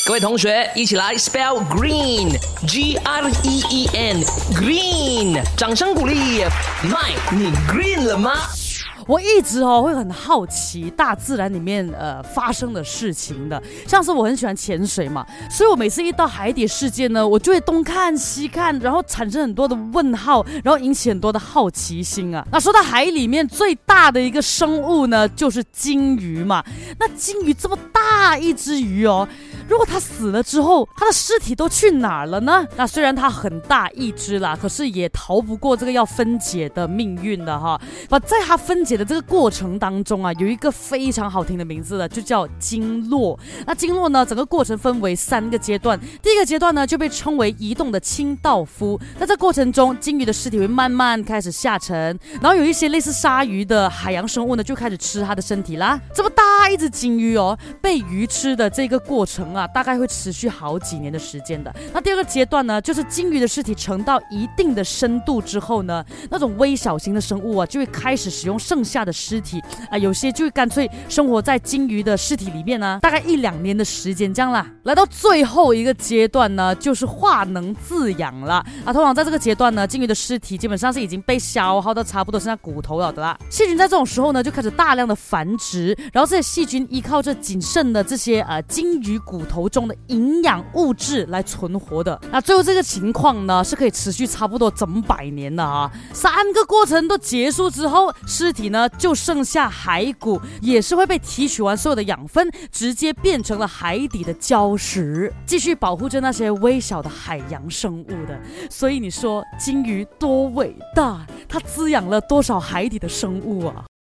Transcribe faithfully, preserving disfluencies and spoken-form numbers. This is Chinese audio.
各位同学，一起来 spell green G R E E N green， 掌声鼓励。麦，你 green 了吗？ 我一直哦会很好奇大自然里面呃发生的事情的，像是我很喜欢潜水嘛，所以我每次一到海底世界呢，我就会东看西看，然后产生很多的问号，然后引起很多的好奇心啊。那说到海里面最大的一个生物呢，就是鲸鱼嘛。那鲸鱼这么大一只鱼哦，如果它死了之后，它的尸体都去哪儿了呢？那虽然它很大一只啦，可是也逃不过这个要分解的命运的哈。把在它分解的这个过程当中啊，有一个非常好听的名字的，就叫鲸落。那鲸落呢，整个过程分为三个阶段。第一个阶段呢，就被称为移动的清道夫。那这过程中，鲸鱼的尸体会慢慢开始下沉，然后有一些类似鲨鱼的海洋生物呢，就开始吃它的身体啦。这么大一只鲸鱼哦，被鱼吃的这个过程啊，大概会持续好几年的时间的。那第二个阶段呢，就是鲸鱼的尸体沉到一定的深度之后呢，那种微小型的生物啊，就会开始使用剩下的尸体啊，有些就会干脆生活在鲸鱼的尸体里面呢，大概一两年的时间这样啦。来到最后一个阶段呢，就是化能自养了啊。通常在这个阶段呢，鲸鱼的尸体基本上是已经被消耗到差不多剩下骨头了的啦。细菌在这种时候呢，就开始大量的繁殖，然后这些细菌依靠着仅剩的这些呃鲸鱼骨头中的营养物质来存活的。那最后这个情况呢，是可以持续差不多整百年的啊。三个过程都结束之后，尸体呢就剩下骸骨，也是会被提取完所有的养分，直接变成了海底的礁石，继续保护着那些微小的海洋生物的。所以你说鲸鱼多伟大，它滋养了多少海底的生物啊？